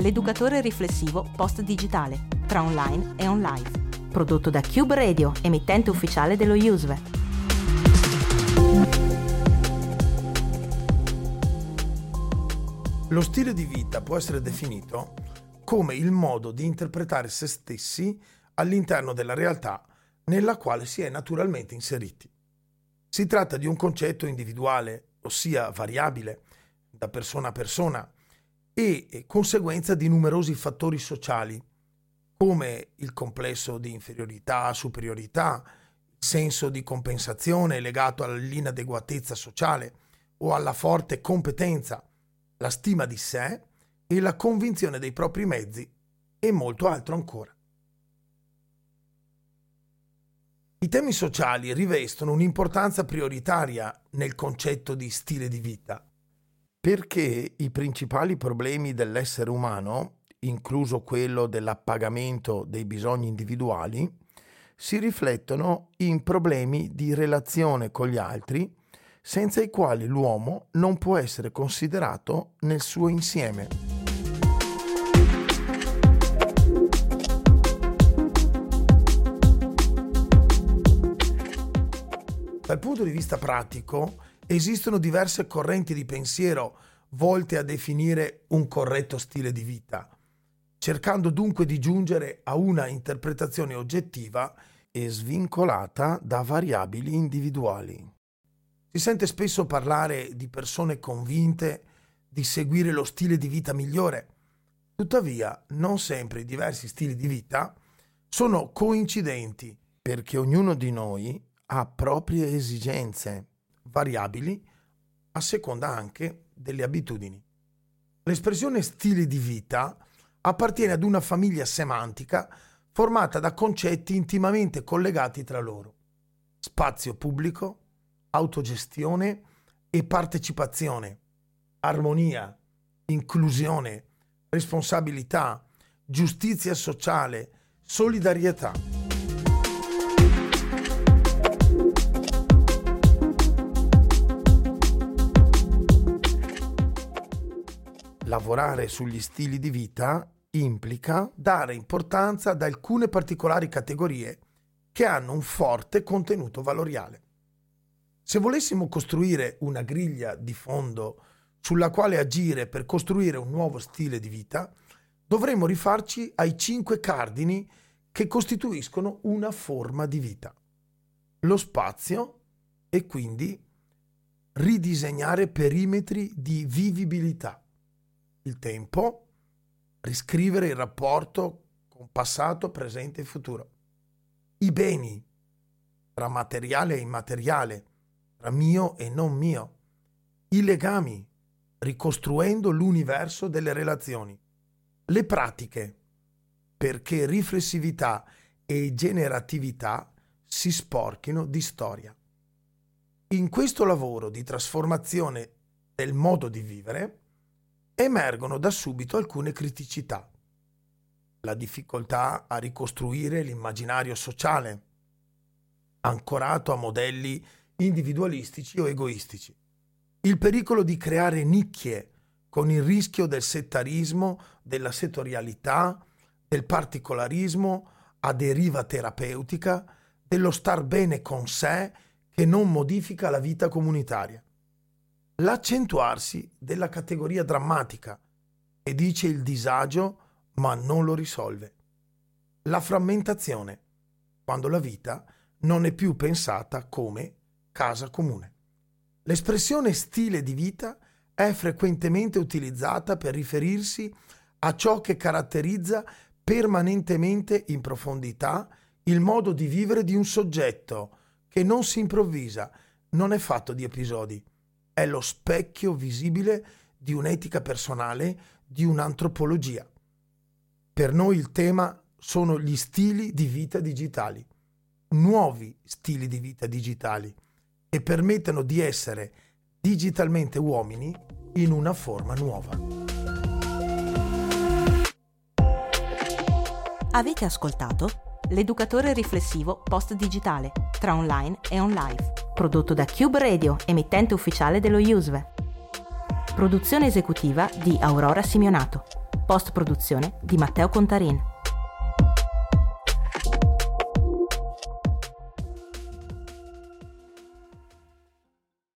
l'educatore riflessivo post-digitale, tra online e on live. Prodotto da Cube Radio, emittente ufficiale dello USV. Lo stile di vita può essere definito come il modo di interpretare se stessi all'interno della realtà nella quale si è naturalmente inseriti. Si tratta di un concetto individuale, ossia variabile da persona a persona, e conseguenza di numerosi fattori sociali, come il complesso di inferiorità, superiorità, il senso di compensazione legato all'inadeguatezza sociale o alla forte competenza, la stima di sé e la convinzione dei propri mezzi e molto altro ancora. I temi sociali rivestono un'importanza prioritaria nel concetto di stile di vita, perché i principali problemi dell'essere umano, incluso quello dell'appagamento dei bisogni individuali, si riflettono in problemi di relazione con gli altri, senza i quali l'uomo non può essere considerato nel suo insieme. Dal punto di vista pratico, esistono diverse correnti di pensiero volte a definire un corretto stile di vita, cercando dunque di giungere a una interpretazione oggettiva e svincolata da variabili individuali. Si sente spesso parlare di persone convinte di seguire lo stile di vita migliore. Tuttavia, non sempre i diversi stili di vita sono coincidenti, perché ognuno di noi ha proprie esigenze, variabili a seconda anche delle abitudini. L'espressione stile di vita appartiene ad una famiglia semantica formata da concetti intimamente collegati tra loro: spazio pubblico, autogestione e partecipazione, armonia, inclusione, responsabilità, giustizia sociale, solidarietà. Lavorare sugli stili di vita implica dare importanza ad alcune particolari categorie che hanno un forte contenuto valoriale. Se volessimo costruire una griglia di fondo sulla quale agire per costruire un nuovo stile di vita, dovremmo rifarci ai 5 cardini che costituiscono una forma di vita. Lo spazio e quindi ridisegnare perimetri di vivibilità. Il tempo, riscrivere il rapporto con passato, presente e futuro. I beni, tra materiale e immateriale, tra mio e non mio. I legami, ricostruendo l'universo delle relazioni. Le pratiche, perché riflessività e generatività si sporchino di storia. In questo lavoro di trasformazione del modo di vivere emergono da subito alcune criticità. La difficoltà a ricostruire l'immaginario sociale, ancorato a modelli individualistici o egoistici. Il pericolo di creare nicchie con il rischio del settarismo, della settorialità, del particolarismo a deriva terapeutica, dello star bene con sé che non modifica la vita comunitaria. L'accentuarsi della categoria drammatica che dice il disagio ma non lo risolve. La frammentazione, quando la vita non è più pensata come casa comune. L'espressione stile di vita è frequentemente utilizzata per riferirsi a ciò che caratterizza permanentemente in profondità il modo di vivere di un soggetto che non si improvvisa, non è fatto di episodi, è lo specchio visibile di un'etica personale, di un'antropologia. Per noi il tema sono gli stili di vita digitali, nuovi stili di vita digitali, che permettono di essere digitalmente uomini in una forma nuova. Avete ascoltato l'educatore riflessivo post-digitale, tra online e on live, prodotto da Cube Radio, emittente ufficiale dello USV. Produzione esecutiva di Aurora Simeonato. Post produzione di Matteo Contarin.